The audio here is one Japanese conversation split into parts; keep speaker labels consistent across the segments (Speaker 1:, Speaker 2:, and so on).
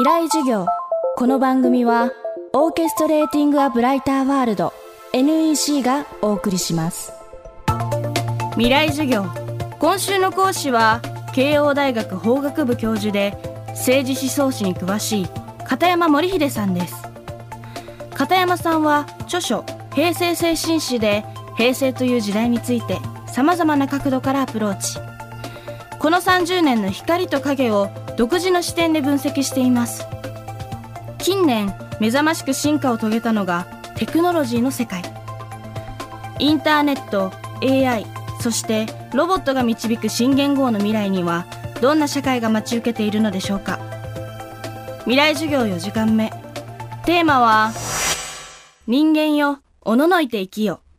Speaker 1: 来授業。この番組はオーケストレーティングアブライターワールド NEC がお送りします。未来授業。今週の講師は慶応大学法学部教授で政治思想史に詳しい片山盛秀さんです。片山さんは著書平成精神史で平成という時代についてさまざまな角度からアプローチ。この30年の光と影を独自の視点で分析しています。近年目覚ましく進化を遂げたのがテクノロジーの世界。インターネット、AI、そしてロボットが導く新元号の未来にはどんな社会が待ち受けているのでしょうか。未来授業4時間目。テーマは人間よ、おののいて生きよ。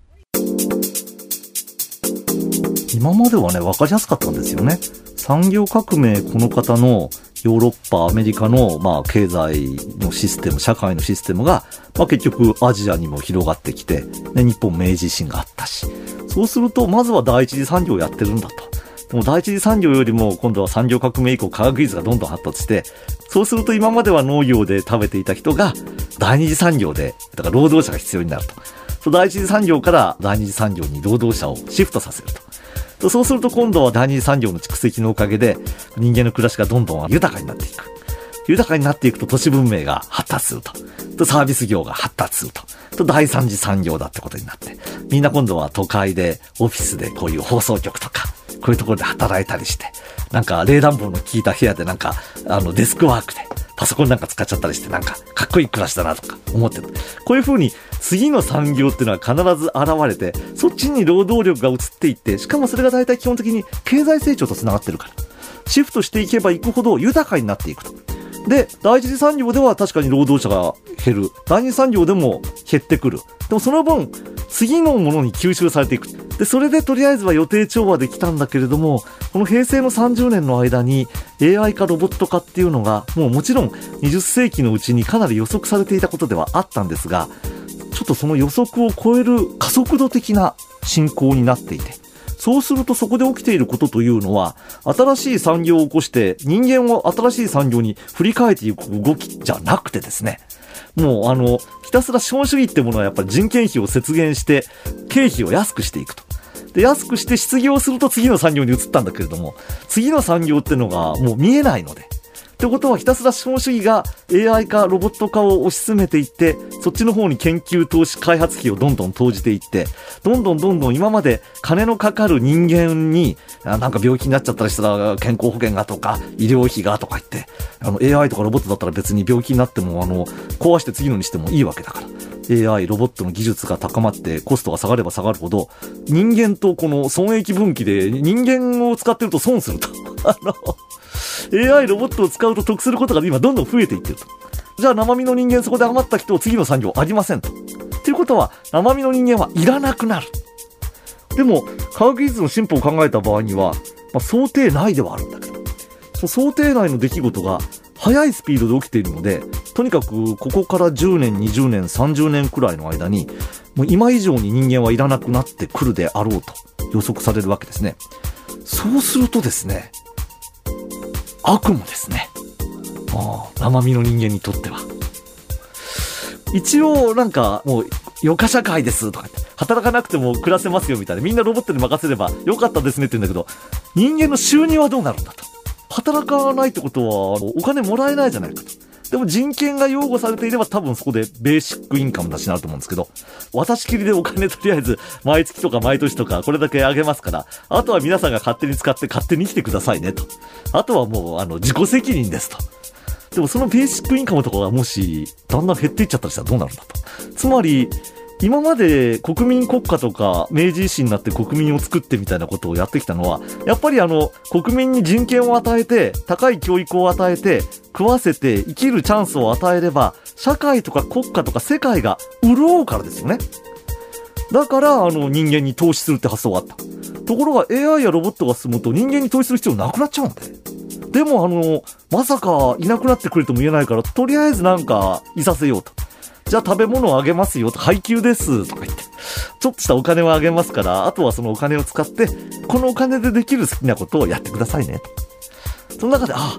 Speaker 2: 今まではね、分かりやすかったんですよね。産業革命この方のヨーロッパ、アメリカの、経済のシステム、社会のシステムが、結局アジアにも広がってきて、日本明治維新があったし、そうするとまずは第一次産業をやってるんだと。でも第一次産業よりも今度は産業革命以降科学技術がどんどん発達して、そうすると今までは農業で食べていた人が第二次産業で、だから労働者が必要になると。第一次産業から第二次産業に労働者をシフトさせると。そうすると今度は第二次産業の蓄積のおかげで人間の暮らしがどんどん豊かになっていく。豊かになっていくと都市文明が発達すると。サービス業が発達すると。第三次産業だってことになって。みんな今度は都会でオフィスでこういう放送局とか、こういうところで働いたりして、冷暖房の効いた部屋でデスクワークでパソコン使っちゃったりしてかっこいい暮らしだなとか思ってる。こういう風に次の産業っていうのは必ず現れて、そっちに労働力が移っていって、しかもそれが大体基本的に経済成長と繋がってるから。シフトしていけばいくほど豊かになっていくと。で、第一次産業では確かに労働者が減る。第二次産業でも減ってくる。でもその分、次のものに吸収されていく。で、それでとりあえずは予定調和できたんだけれども、この平成の30年の間に AI 化ロボット化っていうのが、もちろん20世紀のうちにかなり予測されていたことではあったんですが、ちょっとその予測を超える加速度的な進行になっていて、そうするとそこで起きていることというのは、新しい産業を起こして人間を新しい産業に振り替えていく動きじゃなくてですね、もうひたすら資本主義ってものはやっぱり人件費を節減して経費を安くしていくと。で、安くして失業すると次の産業に移ったんだけれども、次の産業っていうのがもう見えないので。ってことはひたすら資本主義が AI 化、ロボット化を推し進めていって、そっちの方に研究、投資、開発費をどんどん投じていって、どんどん今まで金のかかる人間に、病気になっちゃったりしたら健康保険がとか、医療費がとか言って、AI とかロボットだったら別に病気になっても、壊して次のにしてもいいわけだから。AI、ロボットの技術が高まってコストが下がれば下がるほど、人間とこの損益分岐で人間を使ってると損すると。AI ロボットを使うと得することが今どんどん増えていってると。じゃあ生身の人間そこで余った人を次の産業ありませんと。っていうことは生身の人間はいらなくなる。でも科学技術の進歩を考えた場合には、想定内ではあるんだけど、その想定内の出来事が速いスピードで起きているので、とにかくここから10年、20年、30年くらいの間に、もう今以上に人間はいらなくなってくるであろうと予測されるわけですね。そうするとですね、悪夢ですね。生身の人間にとっては。一応もう余暇社会ですとかって、働かなくても暮らせますよみたいな、みんなロボットに任せればよかったですねって言うんだけど、人間の収入はどうなるんだと。働かないってことはお金もらえないじゃないかと。でも人権が擁護されていれば多分そこでベーシックインカムだしなると思うんですけど、私きりでお金とりあえず毎月とか毎年とかこれだけあげますから、あとは皆さんが勝手に使って勝手に生きてくださいねと。あとはもう自己責任ですと。でもそのベーシックインカムとかがもしだんだん減っていっちゃったりしたらどうなるんだと。つまり今まで国民国家とか明治維新になって国民を作ってみたいなことをやってきたのは、やっぱり国民に人権を与えて、高い教育を与えて、食わせて生きるチャンスを与えれば、社会とか国家とか世界が潤うからですよね。だから人間に投資するって発想があった。ところが AI やロボットが進むと人間に投資する必要なくなっちゃうんで。でもまさかいなくなってくれとも言えないから、とりあえずいさせようと。じゃあ食べ物をあげますよと、配給ですとか言って、ちょっとしたお金をあげますから、あとはそのお金を使って、このお金でできる好きなことをやってくださいねと。その中で、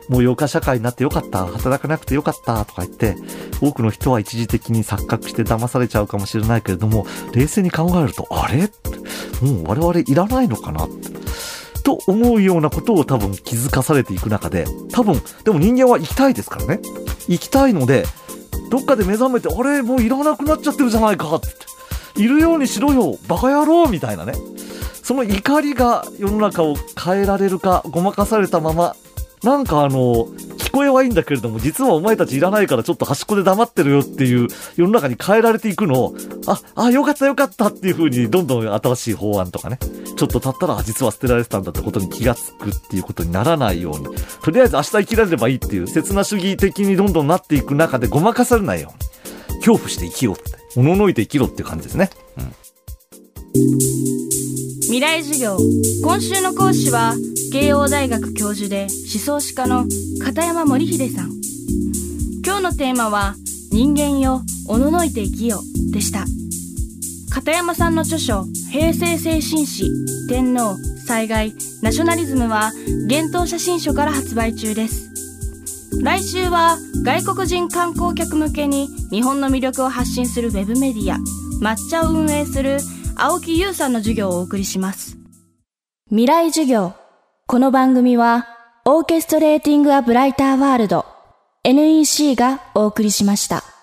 Speaker 2: もう余暇社会になってよかった、働かなくてよかったとか言って、多くの人は一時的に錯覚して騙されちゃうかもしれないけれども、冷静に考えると、あれもう我々いらないのかなと思うようなことを多分気づかされていく中で、多分、でも人間は生きたいですからね。生きたいので、どっかで目覚めて、あれもういらなくなっちゃってるじゃないかって。いるようにしろよ、バカ野郎みたいなね。その怒りが世の中を変えられるか、ごまかされたまま、なんか聞こえはいいんだけれども、実はお前たちいらないからちょっと端っこで黙ってるよっていう世の中に変えられていくのを、よかったよかったっていう風にどんどん新しい法案とかね、ちょっと経ったら実は捨てられてたんだってことに気がつくっていうことにならないように、とりあえず明日生きられればいいっていう刹那主義的にどんどんなっていく中でごまかされないように、恐怖して生きようって、おののいて生きろっていう感じですね。
Speaker 1: 未来授業、今週の講師は慶応大学教授で思想史家の片山盛秀さん。今日のテーマは人間よ、おののいて生きよでした。片山さんの著書平成精神史、天皇、災害、ナショナリズムは幻冬写真書から発売中です。来週は外国人観光客向けに日本の魅力を発信するウェブメディア抹茶を運営する青木優さんの授業をお送りします。未来授業。この番組はオーケストレーティングアブライターワールド NEC がお送りしました。